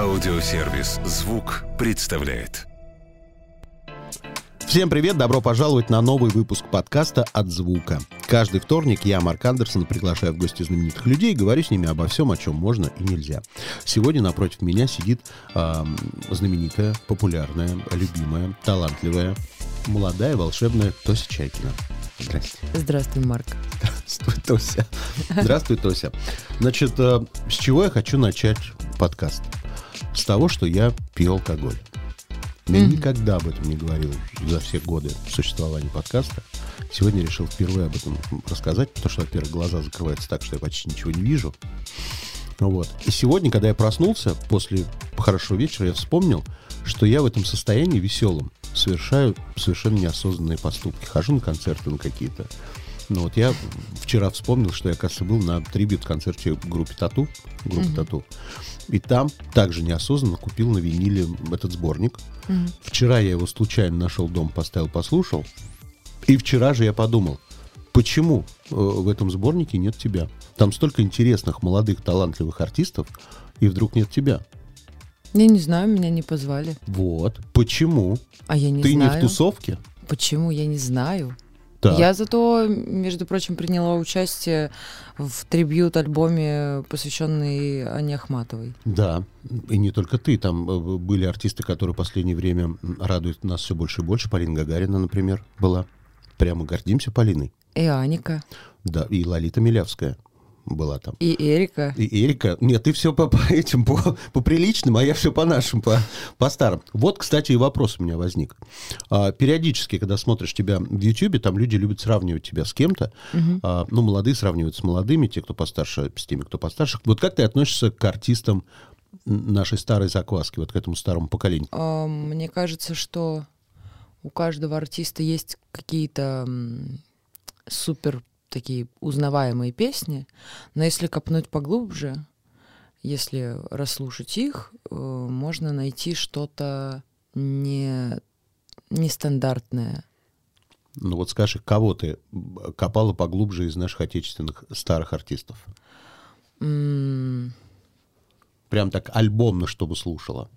Аудиосервис «Звук» представляет. Всем привет, добро пожаловать на новый выпуск подкаста «От звука». Каждый вторник я, Марк Андерсон, приглашаю в гости знаменитых людей и говорю с ними обо всем, о чем можно и нельзя. Сегодня напротив меня сидит знаменитая, популярная, любимая, талантливая, молодая, волшебная Тося Чайкина. Здрасте. Здравствуй, Марк. Здравствуй, Тося. Здравствуй, Тося. Значит, с чего я хочу начать подкаст? С того, что я пью алкоголь. Я никогда об этом не говорил за все годы существования подкаста. Сегодня решил впервые об этом рассказать, потому что, во-первых, глаза закрываются так, что я почти ничего не вижу. Вот. И сегодня, когда я проснулся после хорошего вечера, я вспомнил, что я в этом состоянии веселом совершаю совершенно неосознанные поступки. Хожу на концерты на какие-то. Но вот я вчера вспомнил, что я, кажется, был на трибьют-концерте группы Тату. И там также неосознанно купил на виниле этот сборник. Вчера я его случайно нашел дома, поставил, послушал. И вчера же я подумал, почему в этом сборнике нет тебя? Там столько интересных, молодых, талантливых артистов, и вдруг нет тебя. Я не знаю, меня не позвали. Вот. Почему? А я не Ты знаю. не в тусовке? Почему? Я не знаю. Так. Я зато, между прочим, приняла участие в трибьют-альбоме, посвященный Анне Ахматовой. Да, и не только ты. Там были артисты, которые в последнее время радуют нас все больше и больше. Полина Гагарина, например, была. Прямо гордимся Полиной. И Аника. Да, и Лолита Милявская была там. И Эрика. И Эрика. Нет, ты все по этим, по приличным, а я все по нашим, по старым. Вот, кстати, и вопрос у меня возник. Периодически, когда смотришь тебя в Ютьюбе, там люди любят сравнивать тебя с кем-то. Ну, молодые сравнивают с молодыми, те, кто постарше, с теми, кто постарше. Вот как ты относишься к артистам нашей старой закваски, вот к этому старому поколению? Мне кажется, что у каждого артиста есть какие-то супер такие узнаваемые песни, но если копнуть поглубже, если расслушать их, можно найти что-то нестандартное. Ну вот скажи, кого ты копала поглубже из наших отечественных старых артистов? Прям так альбомно, чтобы слушала.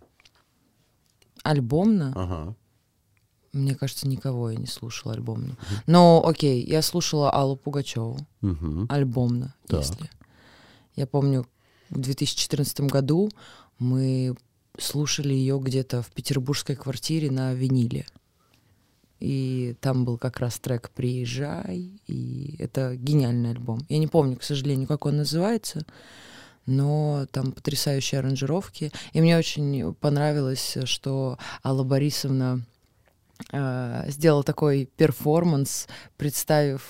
Альбомно? Ага. Мне кажется, никого я не слушала альбомно. Но, окей, я слушала Аллу Пугачеву альбомно, Так. если. Я помню, в 2014 году мы слушали ее где-то в петербургской квартире на виниле. И там был как раз трек «Приезжай», и это гениальный альбом. Я не помню, к сожалению, как он называется, но там потрясающие аранжировки. И мне очень понравилось, что Алла Борисовна сделал такой перформанс, представив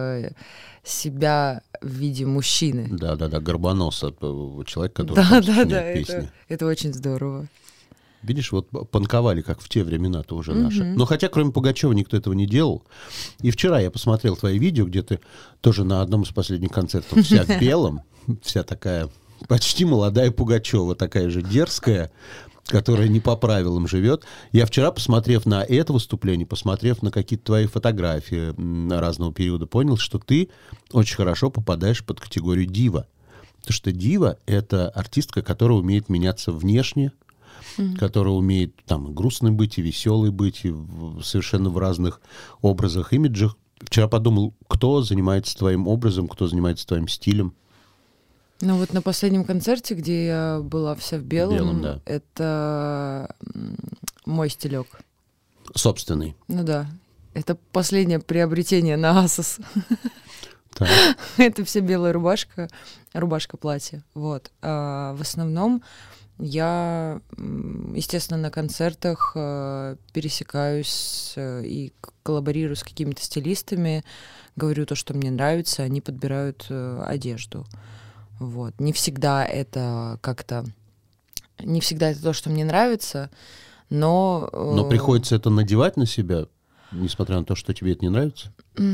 себя в виде мужчины. Да-да-да, горбоноса, человек, который сочиняет песни. Это очень здорово. Видишь, вот панковали, как в те времена-то уже наши. Но хотя, кроме Пугачева, никто этого не делал. И вчера я посмотрел твои видео, где ты тоже на одном из последних концертов вся в белом, вся такая почти молодая Пугачева, такая же дерзкая, которая не по правилам живет. Я вчера, посмотрев на это выступление, посмотрев на какие-то твои фотографии разного периода, понял, что ты очень хорошо попадаешь под категорию дива. Потому что дива — это артистка, которая умеет меняться внешне, которая умеет там грустной быть, и веселой быть, и совершенно в разных образах, имиджах. Вчера подумал, кто занимается твоим образом, кто занимается твоим стилем. Ну вот на последнем концерте, где я была вся в белом, да. Это мой стилек. Собственный. Ну да. Это последнее приобретение на Asos. Так. Это вся белая рубашка-платье. Вот. А в основном я, естественно, на концертах пересекаюсь и коллаборирую с какими-то стилистами, говорю то, что мне нравится, они подбирают одежду. Вот. Не всегда это то, что мне нравится, но... Но приходится это надевать на себя, несмотря на то, что тебе это не нравится?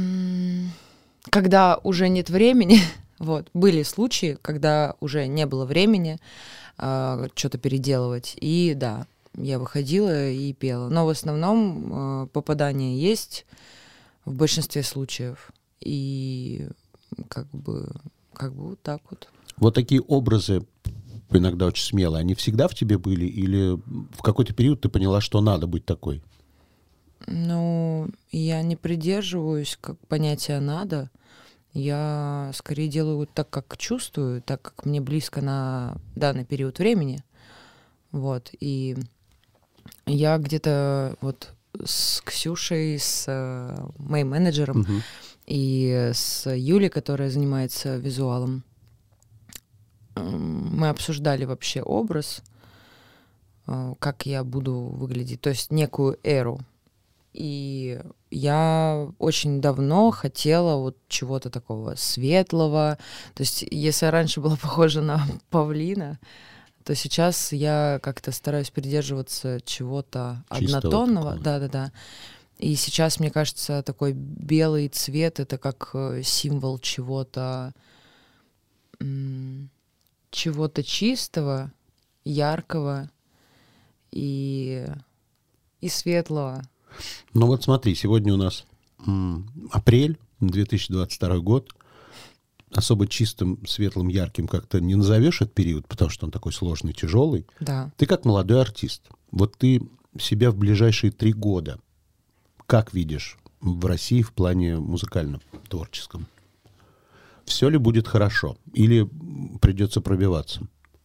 Когда уже нет времени, вот, были случаи, когда уже не было времени что-то переделывать, и да, я выходила и пела. Но в основном попадания есть в большинстве случаев, и как бы вот так вот. Вот такие образы иногда очень смелые, они всегда в тебе были? Или в какой-то период ты поняла, что надо быть такой? Ну, я не придерживаюсь как понятия «надо». Я скорее делаю так, как чувствую, так, как мне близко на данный период времени. Вот. И я где-то вот с Ксюшей, с моим менеджером и с Юлей, которая занимается визуалом, мы обсуждали вообще образ, как я буду выглядеть, то есть некую эру. И я очень давно хотела вот чего-то такого светлого. То есть если я раньше была похожа на павлина, то сейчас я как-то стараюсь придерживаться чего-то однотонного. Да-да-да. И сейчас, мне кажется, такой белый цвет — это как символ чего-то чистого, яркого и светлого. Ну вот смотри, сегодня у нас апрель, 2022 год. Особо чистым, светлым, ярким как-то не назовешь этот период, потому что он такой сложный, тяжелый. Да. Ты как молодой артист. Вот ты себя в ближайшие 3 года как видишь в России в плане музыкальном, творческом? Все ли будет хорошо? Или придется пробиваться?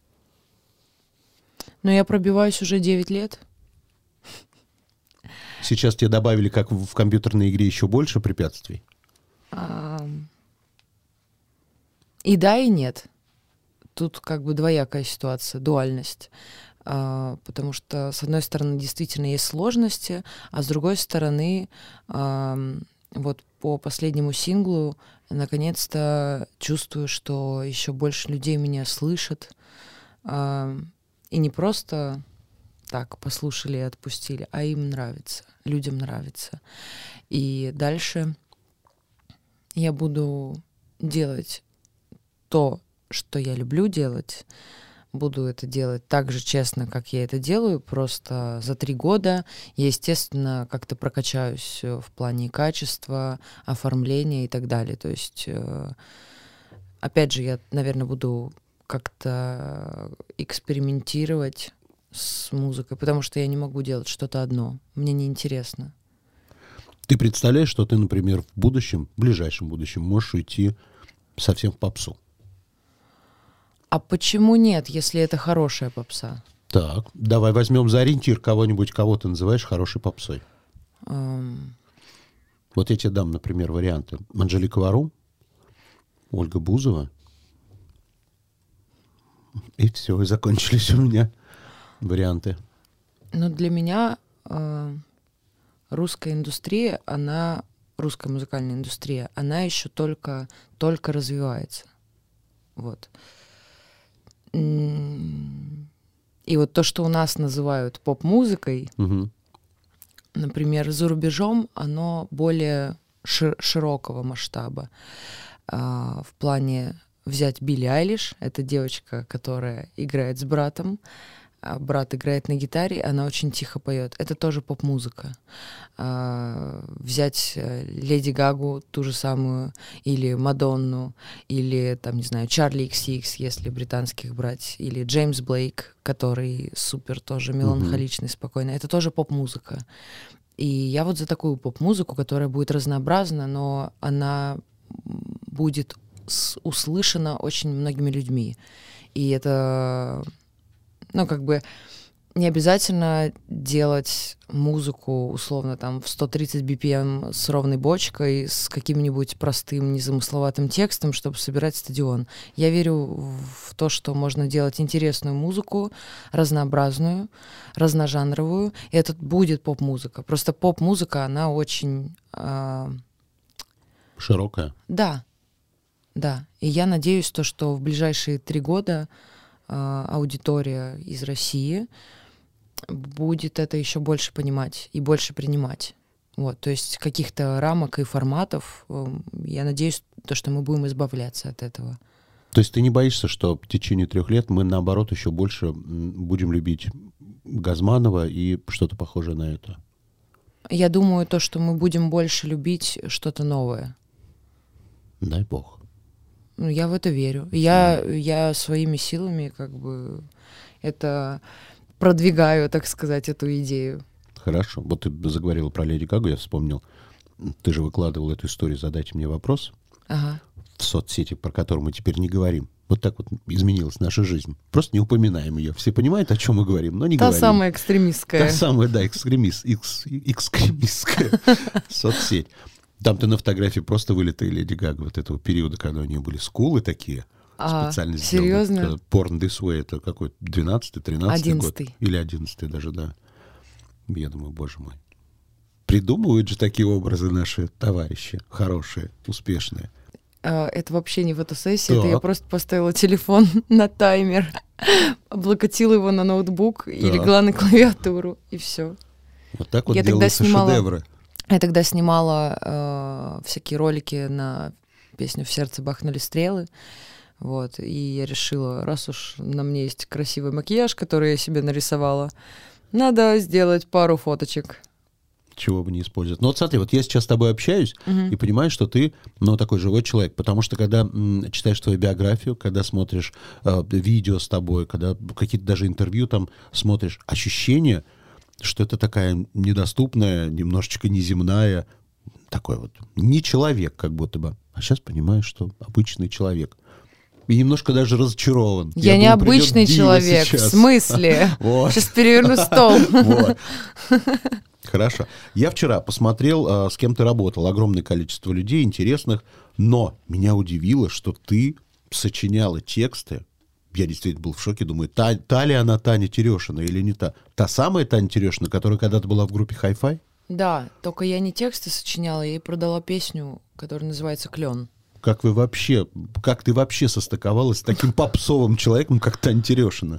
Ну, я пробиваюсь уже 9 лет. Сейчас тебе добавили, как в компьютерной игре, еще больше препятствий? И да, и нет. Тут как бы двоякая ситуация, дуальность. Потому что, с одной стороны, действительно есть сложности, а с другой стороны, вот по последнему синглу наконец-то чувствую, что еще больше людей меня слышат. И не просто так послушали и отпустили, а им нравится, людям нравится. И дальше я буду делать то, что я люблю делать, буду это делать так же честно, как я это делаю, просто за 3 года я, естественно, как-то прокачаюсь в плане качества, оформления и так далее. То есть, опять же, я, наверное, буду как-то экспериментировать с музыкой, потому что я не могу делать что-то одно. Мне неинтересно. Ты представляешь, что ты, например, в будущем, в ближайшем будущем, можешь уйти совсем в попсу? А почему нет, если это хорошая попса? Так, давай возьмем за ориентир кого-нибудь, кого ты называешь хорошей попсой. Вот я тебе дам, например, варианты. Анжелика Варум, Ольга Бузова. И все, и закончились у меня варианты. Ну, для меня русская индустрия, русская музыкальная индустрия, она еще только развивается. Вот. И вот то, что у нас называют поп-музыкой, например, за рубежом, оно более широкого масштаба. В плане взять Билли Айлиш, это девочка, которая играет с братом, брат играет на гитаре, она очень тихо поет. Это тоже поп-музыка. Взять Леди Гагу, ту же самую, или Мадонну, или, там, не знаю, Чарли XX, если британских брать, или Джеймс Блейк, который супер тоже меланхоличный, спокойный. Это тоже поп-музыка. И я вот за такую поп-музыку, которая будет разнообразна, но она будет услышана очень многими людьми. И это... Ну, как бы не обязательно делать музыку, условно, там, в 130 BPM с ровной бочкой, с каким-нибудь простым, незамысловатым текстом, чтобы собирать стадион. Я верю в то, что можно делать интересную музыку, разнообразную, разножанровую, и это будет поп-музыка. Просто поп-музыка, она очень... Широкая? Да. И я надеюсь, что в ближайшие 3 года аудитория из России будет это еще больше понимать и больше принимать. Вот, то есть каких-то рамок и форматов, я надеюсь, что мы будем избавляться от этого. То есть ты не боишься, что в течение 3 лет мы, наоборот, еще больше будем любить Газманова и что-то похожее на это? Я думаю, что мы будем больше любить что-то новое. Дай бог. Ну, я в это верю. Я своими силами как бы это продвигаю, так сказать, эту идею. Хорошо. Вот ты заговорила про Леди Гагу, я вспомнил. Ты же выкладывал эту историю «Задайте мне вопрос» Ага. в соцсети, про которую мы теперь не говорим. Вот так вот изменилась наша жизнь. Просто не упоминаем ее. Все понимают, о чем мы говорим, но не говорим. Та самая экстремистская. Та самая, да, экстремистская соцсеть. Там ты на фотографии просто вылитая Леди Гага вот этого периода, когда у нее были скулы такие. Специально серьезно? сделаны. Porn This Way, это какой? 12-й, 13-й год? Или 11-й даже, да. Я думаю, боже мой. Придумывают же такие образы наши товарищи. Хорошие, успешные. Это вообще не фотосессия, это я просто поставила телефон на таймер, облокотила его на ноутбук и легла на клавиатуру, и все. Вот так вот делаются шедевры. Я тогда снимала всякие ролики на песню «В сердце бахнули стрелы». Вот, и я решила, раз уж на мне есть красивый макияж, который я себе нарисовала, надо сделать пару фоточек. Чего бы не использовать. Но вот смотри, вот я сейчас с тобой общаюсь и понимаю, что ты, такой живой человек. Потому что когда читаешь твою биографию, когда смотришь видео с тобой, когда какие-то даже интервью там смотришь, ощущение, что это такая недоступная, немножечко неземная, такой вот не человек как будто бы. А сейчас понимаешь, что обычный человек. И немножко даже разочарован. Я не обычный человек. В смысле? Сейчас переверну стол. Хорошо. Я вчера посмотрел, с кем ты работал. Огромное количество людей интересных. Но меня удивило, что ты сочиняла тексты. Я действительно был в шоке. Думаю, та ли она Таня Терешина или не та? Та самая Таня Терешина, которая когда-то была в группе Hi-Fi? Да, только я не тексты сочиняла, я ей продала песню, которая называется «Клен». Как ты вообще состыковалась с таким попсовым человеком, как Таня Терешина?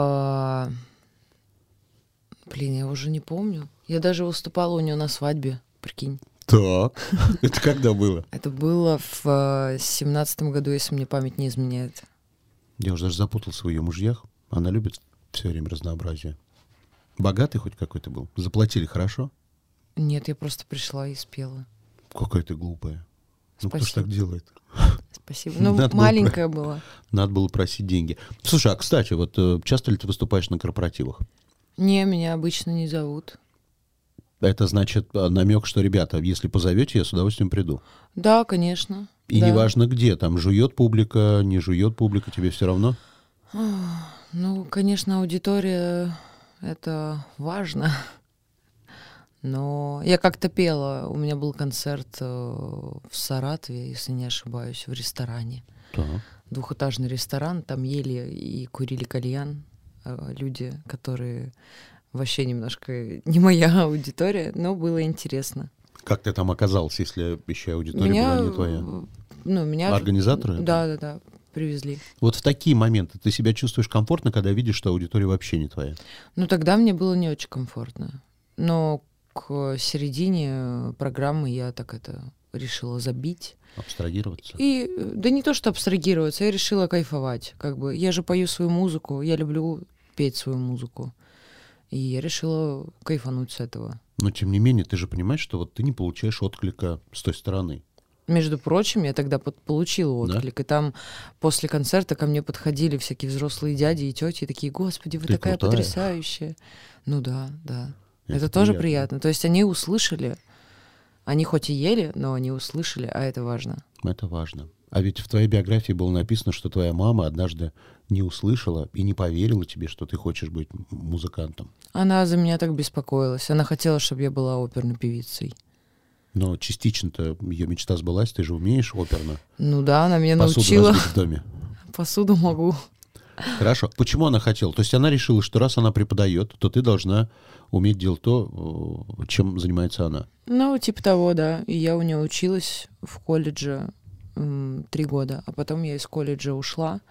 Блин, я уже не помню. Я даже выступала у нее на свадьбе, прикинь. Так, это когда было? Это было в 17-м году, если мне память не изменяет. Я уже даже запутался в ее мужьях. Она любит все время разнообразие. Богатый хоть какой-то был? Заплатили хорошо? Нет, я просто пришла и спела. Какая ты глупая. Ну, кто ж так делает? Спасибо. Ну, маленькая была. Надо было просить деньги. Слушай, а, кстати, вот часто ли ты выступаешь на корпоративах? Не, меня обычно не зовут. Это значит намек, что, ребята, если позовете, я с удовольствием приду. Да, конечно. И да. Неважно где, там жует публика, не жует публика, тебе все равно? Ну, конечно, аудитория — это важно. Но я как-то пела, у меня был концерт в Саратове, если не ошибаюсь, в ресторане. Так. Двухэтажный ресторан, там ели и курили кальян. Люди, которые вообще немножко не моя аудитория, но было интересно. Как ты там оказалась, если еще аудитория была не твоя? Меня организаторы? Да, привезли. Вот в такие моменты ты себя чувствуешь комфортно, когда видишь, что аудитория вообще не твоя? Ну, тогда мне было не очень комфортно. Но к середине программы я так это решила забить. Абстрагироваться? Да не то, что абстрагироваться, я решила кайфовать. Как бы я же пою свою музыку, я люблю петь свою музыку. И я решила кайфануть с этого. Но тем не менее, ты же понимаешь, что вот ты не получаешь отклика с той стороны. Между прочим, я тогда получила отклик. Да? И там после концерта ко мне подходили всякие взрослые дяди и тети, и такие: «Господи, вы ты такая крутая. Потрясающая». Ну да. Это приятно. тоже приятно. То есть они услышали, они хоть и ели, но они услышали, а это важно. Это важно. А ведь в твоей биографии было написано, что твоя мама однажды не услышала и не поверила тебе, что ты хочешь быть музыкантом. Она за меня так беспокоилась. Она хотела, чтобы я была оперной певицей. Но частично-то ее мечта сбылась, ты же умеешь оперно. Ну да, она меня Посуду научила. разбить в доме. Посуду могу. Хорошо. Почему она хотела? То есть она решила, что раз она преподает, то ты должна уметь делать то, чем занимается она. Ну, типа того, да. И я у нее училась в колледже 3 года, а потом я из колледжа ушла.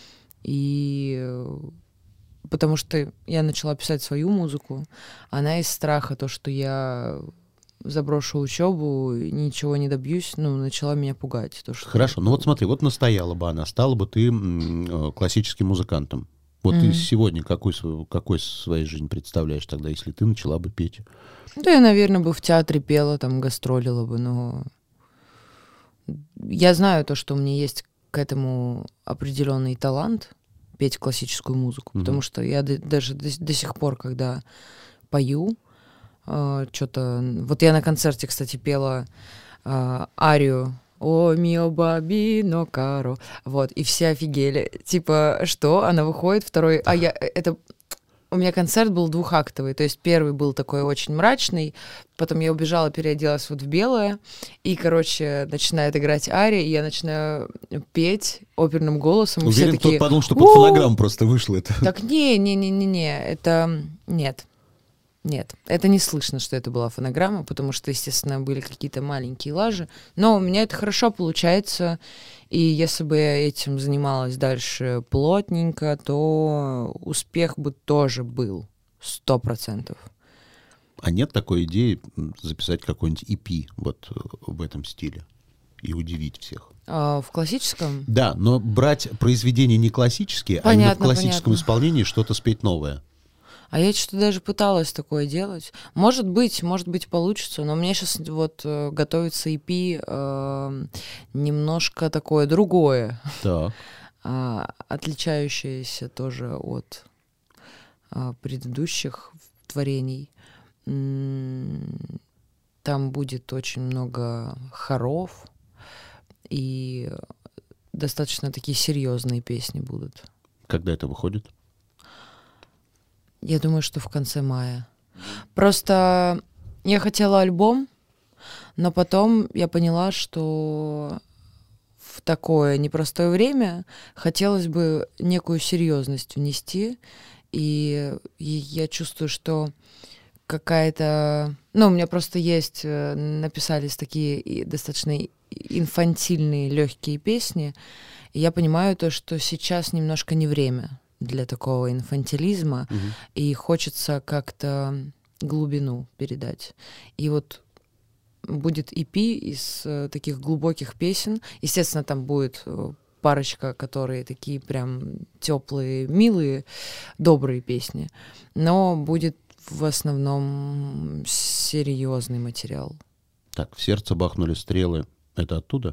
И потому что я начала писать свою музыку, она из страха, то, что я заброшу учебу, ничего не добьюсь, начала меня пугать. То, что... Хорошо, ну вот смотри, вот настояла бы она, стала бы ты классическим музыкантом. Вот ты сегодня какой своей жизнь представляешь тогда, если ты начала бы петь? Да, я, наверное, бы в театре пела, там гастролила бы, но я знаю то, что у меня есть к этому определенный талант петь классическую музыку, потому что я даже до сих пор, когда пою, что-то... Вот я на концерте, кстати, пела арию «О мио бабино каро». Вот, и все офигели. Типа, что? Она выходит, второй... У меня концерт был двухактовый, то есть первый был такой очень мрачный, потом я убежала, переоделась вот в белое, и, короче, начинает играть ария, и я начинаю петь оперным голосом. Уверен, все такие, кто-то подумал, что под фонограмму просто вышло это. Так это... Нет, это не слышно, что это была фонограмма, потому что, естественно, были какие-то маленькие лажи. Но у меня это хорошо получается, и если бы я этим занималась дальше плотненько, то успех бы тоже был 100%. А нет такой идеи записать какой-нибудь EP вот в этом стиле и удивить всех? В классическом? Да, но брать произведения не классические, а именно в классическом исполнении что-то спеть новое. А я что-то даже пыталась такое делать. Может быть, получится, но у меня сейчас вот готовится EP немножко такое другое, Так. отличающееся тоже от предыдущих творений. Там будет очень много хоров, и достаточно такие серьезные песни будут. Когда это выходит? Я думаю, что в конце мая. Просто я хотела альбом, но потом я поняла, что в такое непростое время хотелось бы некую серьезность внести, и я чувствую, что какая-то... Ну, у меня просто есть, написались такие достаточно инфантильные легкие песни, и я понимаю то, что сейчас немножко не время для такого инфантилизма, и хочется как-то глубину передать. И вот будет EP из таких глубоких песен. Естественно, там будет парочка, которые такие прям теплые, милые, добрые песни. Но будет в основном серьезный материал. Так, в сердце бахнули стрелы. Это оттуда?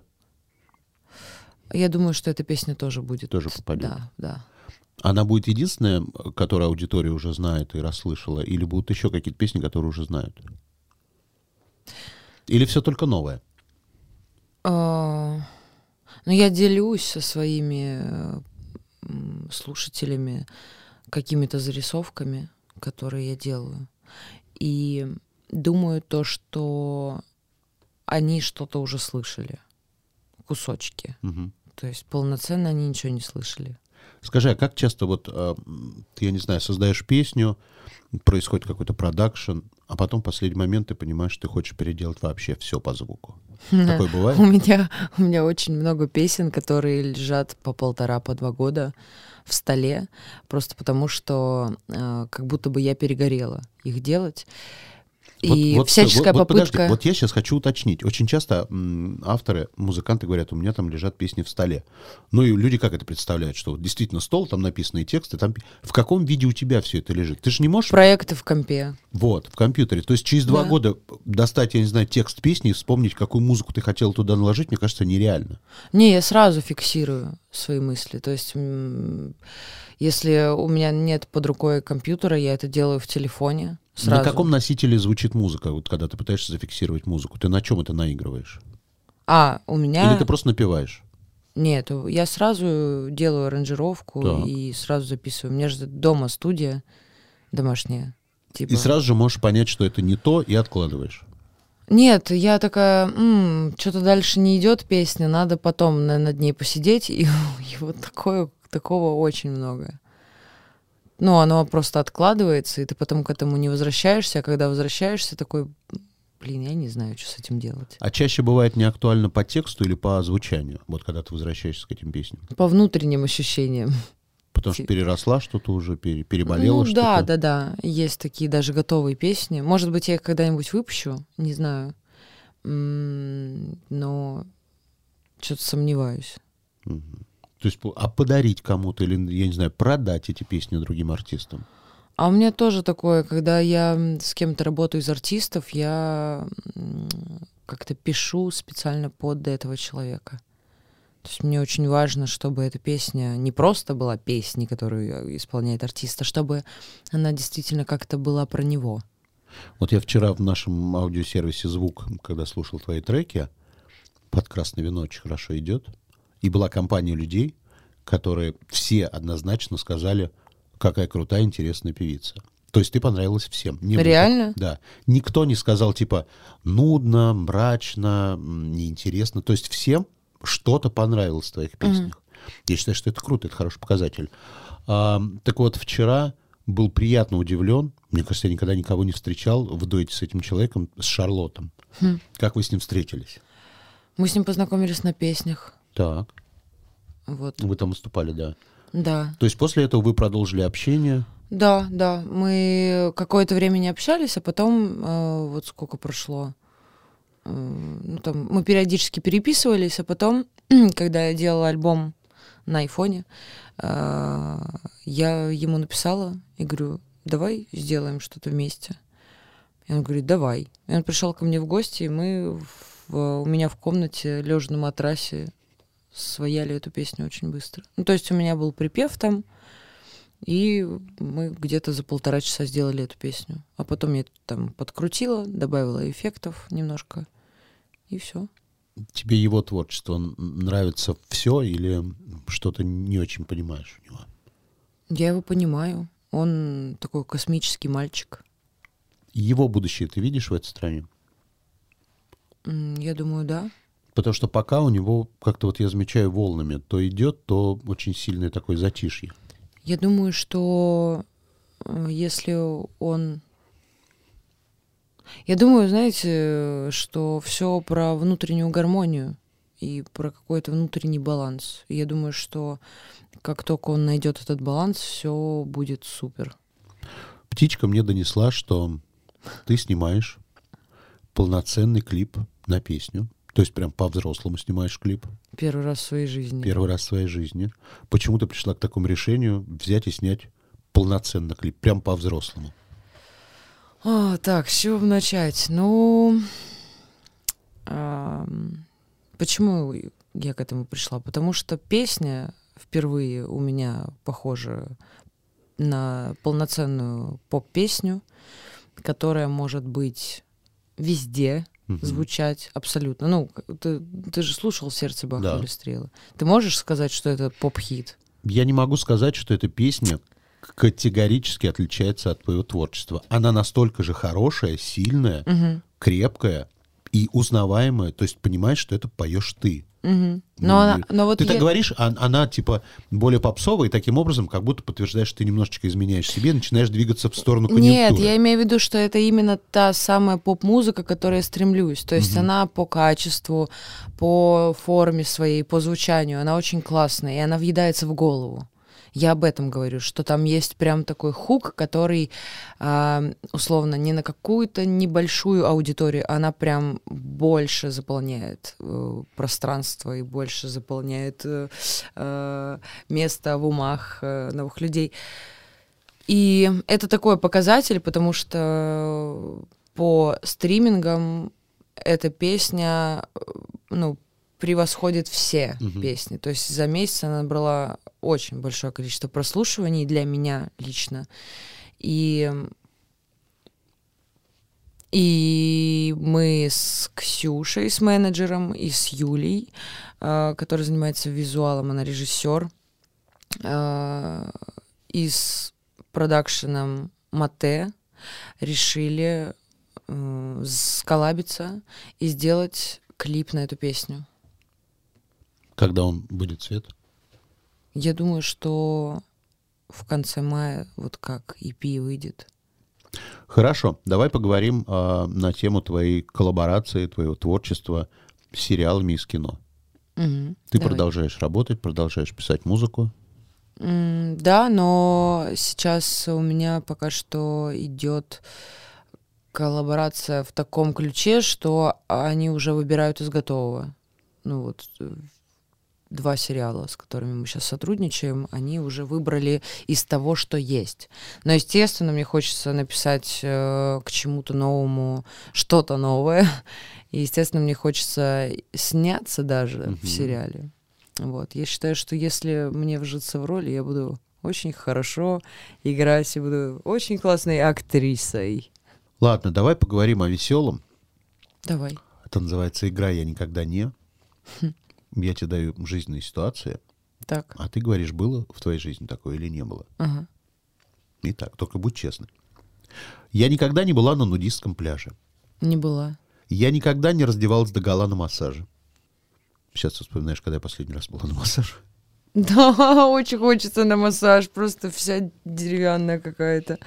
Я думаю, что эта песня тоже будет. Тоже попадет. Да. Она будет единственная, которую аудитория уже знает и расслышала, или будут еще какие-то песни, которые уже знают? Или все только новое? Ну, я делюсь со своими слушателями какими-то зарисовками, которые я делаю. И думаю то, что они что-то уже слышали. Кусочки. То есть полноценно они ничего не слышали. Скажи, а как часто вот ты, я не знаю, создаешь песню, происходит какой-то продакшн, а потом в последний момент ты понимаешь, что ты хочешь переделать вообще все по звуку? Такое бывает? У меня очень много песен, которые лежат по 1,5-2 года в столе, просто потому что как будто бы я перегорела их делать. И всяческая попытка... Подожди, вот я сейчас хочу уточнить. Очень часто авторы, музыканты говорят, у меня там лежат песни в столе. Ну и люди как это представляют, что вот действительно стол, там написанные тексты, там... В каком виде у тебя все это лежит? Ты же не можешь... Проекты в компе. Вот, в компьютере. То есть через 2 года достать, я не знаю, текст песни и вспомнить, какую музыку ты хотел туда наложить, мне кажется, нереально. Не, я сразу фиксирую свои мысли. То есть если у меня нет под рукой компьютера, я это делаю в телефоне. Сразу. На каком носителе звучит музыка, вот когда ты пытаешься зафиксировать музыку? Ты на чем это наигрываешь? У меня... Или ты просто напеваешь? Нет, я сразу делаю аранжировку и сразу записываю. У меня же дома студия домашняя. Типа. И сразу же можешь понять, что это не то, и откладываешь? Нет, я такая, что-то дальше не идет песня, надо потом над ней посидеть, и вот такого очень много. Ну, оно просто откладывается, и ты потом к этому не возвращаешься, а когда возвращаешься, такой, я не знаю, что с этим делать. А чаще бывает не актуально по тексту или по звучанию, вот когда ты возвращаешься к этим песням? По внутренним ощущениям. Потому что переросла что-то уже, переболела что-то? Да. Есть такие даже готовые песни. Может быть, я их когда-нибудь выпущу, не знаю. Но что-то сомневаюсь. То есть, а подарить кому-то или, я не знаю, продать эти песни другим артистам? А у меня тоже такое, когда я с кем-то работаю из артистов, я как-то пишу специально под этого человека. То есть мне очень важно, чтобы эта песня не просто была песней, которую исполняет артист, а чтобы она действительно как-то была про него. Вот я вчера в нашем аудиосервисе «Звук», когда слушал твои треки, «Под красное вино» очень хорошо идет, и была компания людей, которые все однозначно сказали, какая крутая, интересная певица. То есть ты понравилась всем. Реально? Да. Никто не сказал, типа, нудно, мрачно, неинтересно. То есть всем что-то понравилось в твоих песнях. Я считаю, что это круто, это хороший показатель. Так вот, вчера был приятно удивлен. Мне кажется, я никогда никого не встречал в дуэте с этим человеком, с Шарлотом. Как вы с ним встретились? Мы с ним познакомились на песнях. Так. Вот. Вы там выступали, да? Да. То есть после этого вы продолжили общение? Да, да. Мы какое-то время не общались, а потом, вот сколько прошло, ну, там, мы периодически переписывались, а потом, когда я делала альбом на айфоне, я ему написала и говорю, давай сделаем что-то вместе. И он говорит, давай. И он пришел ко мне в гости, и мы у меня в комнате, лежа на матрасе, свояли эту песню очень быстро. Ну, то есть у меня был припев там, и мы где-то за 1,5 часа сделали эту песню. А потом я там подкрутила, добавила эффектов немножко, и все. Тебе его творчество нравится все или что-то не очень понимаешь у него? Я его понимаю. Он такой космический мальчик. Его будущее ты видишь в этой стране? Я думаю, да. Потому что пока у него, как-то вот я замечаю, волнами то идет, то очень сильное такое затишье. Я думаю, что если он... Я думаю, знаете, что все про внутреннюю гармонию и про какой-то внутренний баланс. И я думаю, что как только он найдет этот баланс, все будет супер. Птичка мне донесла, что ты снимаешь полноценный клип на песню. То есть прям по-взрослому снимаешь клип. Первый раз в своей жизни. Первый раз в своей жизни. Почему ты пришла к такому решению взять и снять полноценный клип, прям по-взрослому? Так, с чего бы начать? Ну, почему я к этому пришла? Потому что песня впервые у меня похожа на полноценную поп-песню, которая может быть везде, звучать абсолютно. Ну, ты же слушал «Сердце бахнули стрелы». Ты можешь сказать, что это поп-хит? Я не могу сказать, что эта песня категорически отличается от твоего творчества. Она настолько же хорошая, сильная, крепкая и узнаваемая. То есть понимаешь, что это поешь ты. Но вот ты так говоришь, она типа более попсовая, и таким образом как будто подтверждаешь, что ты немножечко изменяешь себе и начинаешь двигаться в сторону конъюнктуры. Нет, я имею в виду, что это именно та самая поп-музыка, к которой я стремлюсь. То есть она по качеству, по форме своей, по звучанию, она очень классная, и она въедается в голову. Я об этом говорю, что там есть прям такой хук, который, условно, не на какую-то небольшую аудиторию, она прям больше заполняет пространство и больше заполняет место в умах новых людей. И это такой показатель, потому что по стримингам эта песня, ну, превосходит все песни. То есть за месяц она набрала очень большое количество прослушиваний для меня лично. И мы с Ксюшей, с менеджером, и с Юлей, которая занимается визуалом, она режиссер, и с продакшеном Мате решили сколлабиться и сделать клип на эту песню. Когда он будет, Свет? Я думаю, что в конце мая, вот как EP выйдет. Хорошо, давай поговорим на тему твоей коллаборации, твоего творчества с сериалами и с кино. Ты продолжаешь работать, продолжаешь писать музыку? Да, но сейчас у меня пока что идет коллаборация в таком ключе, что они уже выбирают из готового. Ну вот 2 сериала, с которыми мы сейчас сотрудничаем, они уже выбрали из того, что есть. Но, естественно, мне хочется написать к чему-то новому что-то новое. И, естественно, мне хочется сняться даже в сериале. Вот. Я считаю, что если мне вжиться в роль, я буду очень хорошо играть и буду очень классной актрисой. Ладно, давай поговорим о веселом. Давай. Это называется «Игра я никогда не». Я тебе даю жизненные ситуации, Так. а ты говоришь, было в твоей жизни такое или не было. Ага. Итак, только будь честной. Я никогда не была на нудистском пляже. Не была. Я никогда не раздевалась догола на массаже. Сейчас ты вспоминаешь, когда я последний раз была на массаже. Да, очень хочется на массаж. Просто вся деревянная какая-то.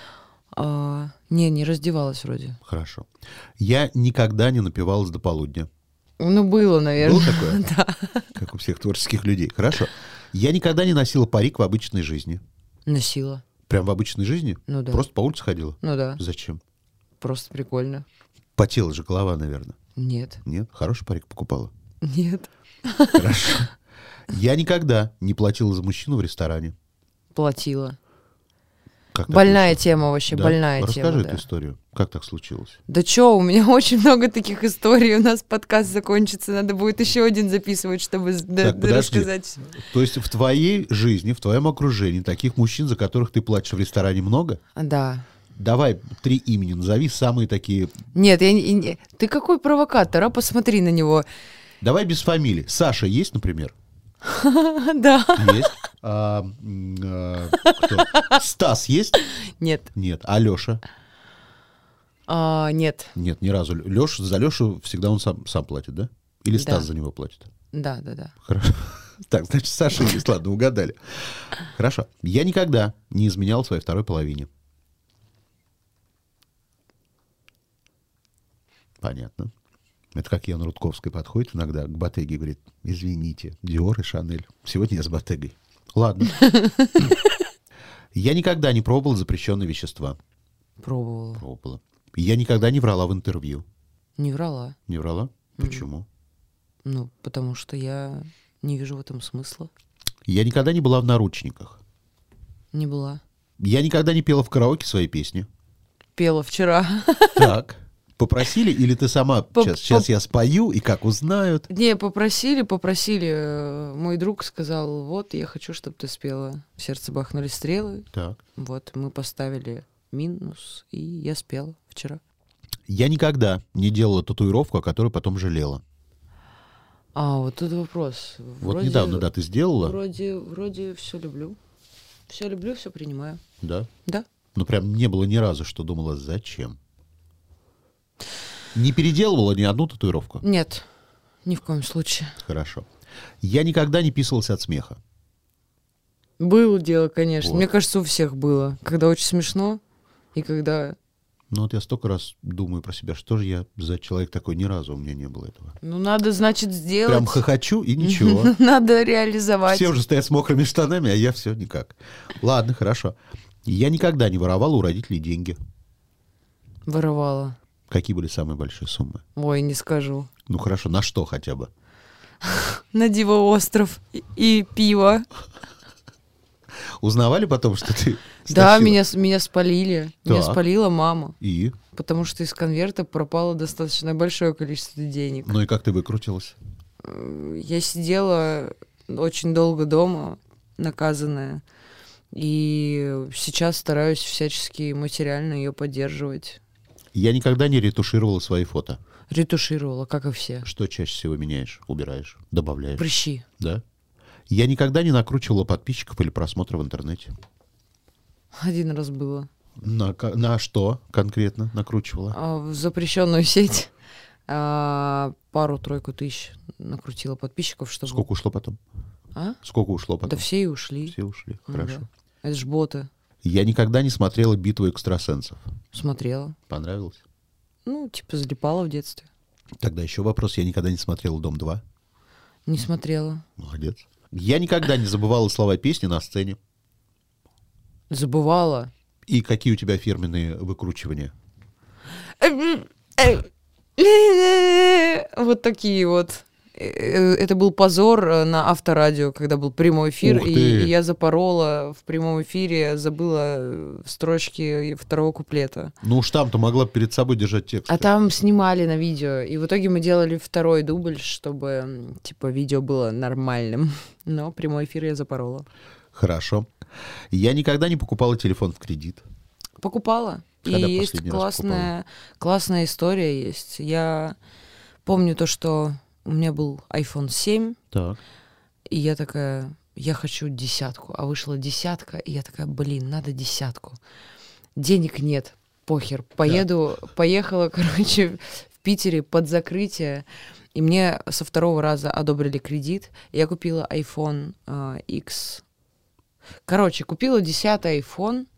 Не раздевалась вроде. Хорошо. Я никогда не напивалась до полудня. Ну, было, наверное. Было такое? Да. Как у всех творческих людей. Хорошо. Я никогда не носила парик в обычной жизни. Носила. Прям в обычной жизни? Ну да. Просто по улице ходила? Ну да. Зачем? Просто прикольно. Потела же голова, наверное. Нет. Нет? Хороший парик покупала? Нет. Хорошо. Я никогда не платила за мужчину в ресторане. Платила. Как так Больная вышло? тема вообще, Да? больная Расскажи тема. эту историю. Как так случилось? Да чё, у меня очень много таких историй. У нас подкаст закончится. Надо будет еще один записывать, чтобы подожди. рассказать. То есть в твоей жизни, в твоем окружении таких мужчин, за которых ты платишь в ресторане, много? Да. Давай 3 имени назови, самые такие... Нет, ты какой провокатор, а? Посмотри на него. Давай без фамилий. Саша есть, например? Да. Есть. Кто? Стас есть? Нет. Нет. А Леша? Нет. Нет, ни разу. За Лешу всегда он сам платит, да? Или Стас Да. за него платит? Да. Хорошо. Так, значит, Саша есть. Ладно, угадали. Хорошо. Я никогда не изменял своей второй половине. Понятно. Это как Яна Рудковская подходит иногда к Bottega и говорит: извините, Диор и Шанель. Сегодня я с Bottega. Ладно. Я никогда не пробовал запрещенные вещества. Пробовала. Я никогда не врала в интервью. Не врала. Не врала? Почему? Ну, потому что я не вижу в этом смысла. Я никогда не была в наручниках. Не была. Я никогда не пела в караоке свои песни. Пела вчера. Так. Попросили или ты сама? Сейчас я спою, и как узнают? Не, попросили. Мой друг сказал, вот, я хочу, чтобы ты спела. В сердце бахнули стрелы. Так. Вот, мы поставили минус, и я спела вчера. Я никогда не делала татуировку, о которой потом жалела. Вот тут вопрос. Вот недавно, да, ты сделала? Вроде все люблю. Все люблю, все принимаю. Да? Да. Ну, прям не было ни разу, что думала, зачем? Не переделывала ни одну татуировку? Нет, ни в коем случае. Хорошо. Я никогда не писался от смеха. Было дело, конечно. Вот. Мне кажется, у всех было. Когда очень смешно, и когда... Ну, вот я столько раз думаю про себя, что же я за человек такой, ни разу у меня не было этого. Ну, надо, значит, сделать. Прям хохочу и ничего. Надо реализовать. Все уже стоят с мокрыми штанами, а я все никак. Ладно, хорошо. Я никогда не воровала у родителей деньги. Воровала. Какие были самые большие суммы? Ой, не скажу. Ну, хорошо, на что хотя бы? На Диво-остров и пиво. Узнавали потом, что ты Да, стащила? меня спалили. Меня Так. спалила мама. И? Потому что из конверта пропало достаточно большое количество денег. Ну и как ты выкрутилась? Я сидела очень долго дома, наказанная. И сейчас стараюсь всячески материально ее поддерживать. Я никогда не ретушировала свои фото. Ретушировала, как и все. Что чаще всего меняешь, убираешь, добавляешь? Прыщи. Да? Я никогда не накручивала подписчиков или просмотры в интернете. Один раз было. На что конкретно накручивала? В запрещенную сеть пару-тройку тысяч накрутила подписчиков, чтобы... Сколько ушло потом? А? Сколько ушло потом? Да все и ушли. Все ушли, Ну хорошо. да. Это ж боты. Я никогда не смотрела «Битву экстрасенсов». Смотрела. Понравилось? Ну, типа залипала в детстве. Тогда еще вопрос. Я никогда не смотрела «Дом-2». Не смотрела. Молодец. Я никогда не забывала слова песни на сцене. Забывала. И какие у тебя фирменные выкручивания? Вот такие вот. Это был позор на Авторадио, когда был прямой эфир, и я запорола в прямом эфире, забыла строчки второго куплета. Ну уж там-то могла перед собой держать текст. А там снимали на видео, и в итоге мы делали второй дубль, чтобы, типа, видео было нормальным. Но прямой эфир я запорола. Хорошо. Я никогда не покупала телефон в кредит. Покупала. Когда и есть классная история есть. Я помню то, что у меня был iPhone 7, так. И я такая, я хочу 10, а вышла 10, и я такая, блин, надо 10. Денег нет, похер, поехала, короче, в Питере под закрытие, и мне со второго раза одобрили кредит, и я купила iPhone X. Короче, купила 10-й iPhone,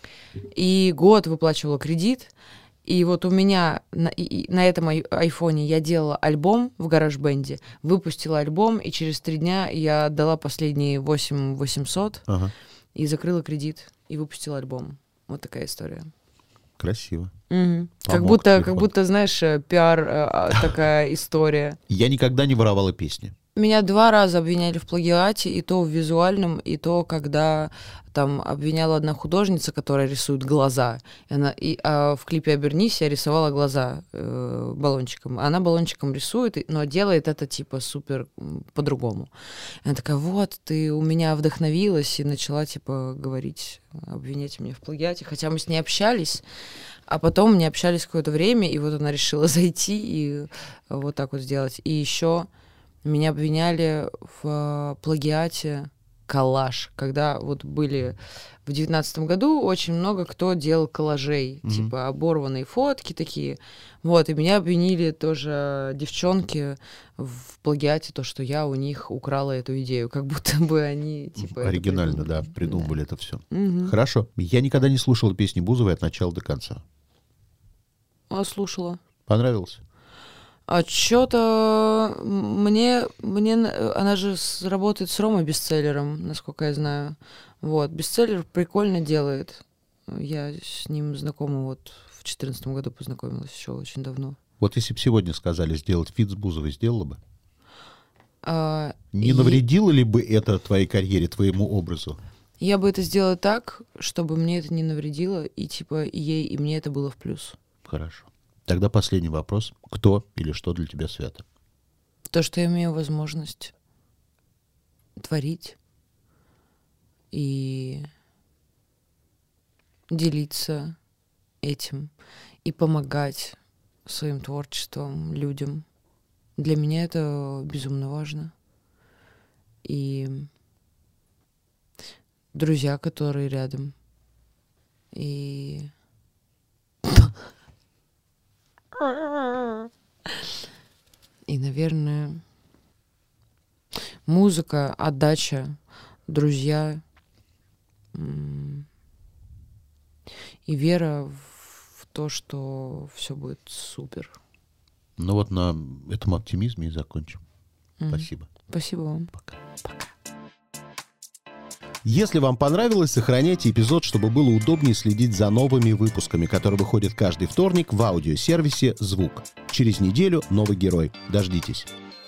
и год выплачивала кредит. И вот у меня на этом айфоне я делала альбом в GarageBand, выпустила альбом, и через 3 дня я отдала последние 8800 и закрыла кредит, и выпустила альбом. Вот такая история. Красиво. Угу. Как будто, знаешь, пиар такая история. Я никогда не воровала песни. Меня 2 раза обвиняли в плагиате, и то в визуальном, и то, когда там обвиняла одна художница, которая рисует глаза. В клипе «Обернись» я рисовала глаза баллончиком. Она баллончиком рисует, но делает это типа супер по-другому. Она такая, вот, ты у меня вдохновилась, и начала типа говорить, обвинять меня в плагиате. Хотя мы с ней общались, а потом не общались какое-то время, и вот она решила зайти и вот так вот сделать. И еще... Меня обвиняли в плагиате коллаж, когда вот были в 19 году очень много кто делал коллажей, типа оборванные фотки такие. Вот, и меня обвинили тоже девчонки в плагиате, то, что я у них украла эту идею, как будто бы они типа... Оригинально, да, придумали это все. Хорошо. Я никогда не слушала песни Бузовой от начала до конца. Слушала. Понравилось? А что-то мне она же работает с Ромой Бестселлером, насколько я знаю. Вот, Бестселлер прикольно делает. Я с ним знакома вот в 2014 году познакомилась еще очень давно. Вот если бы сегодня сказали сделать фит с Бузовой, сделала бы? Не навредило ли бы это твоей карьере, твоему образу? Я бы это сделала так, чтобы мне это не навредило, и типа и ей, и мне это было в плюс. Хорошо. Тогда последний вопрос. Кто или что для тебя свято? То, что я имею возможность творить и делиться этим, и помогать своим творчеством людям. Для меня это безумно важно. И друзья, которые рядом. И... И, наверное, музыка, отдача, друзья и вера в то, что все будет супер. Ну вот на этом оптимизме и закончим. Спасибо. Спасибо вам. Пока. Если вам понравилось, сохраняйте эпизод, чтобы было удобнее следить за новыми выпусками, которые выходят каждый вторник в аудиосервисе «Звук». Через неделю новый герой. Дождитесь.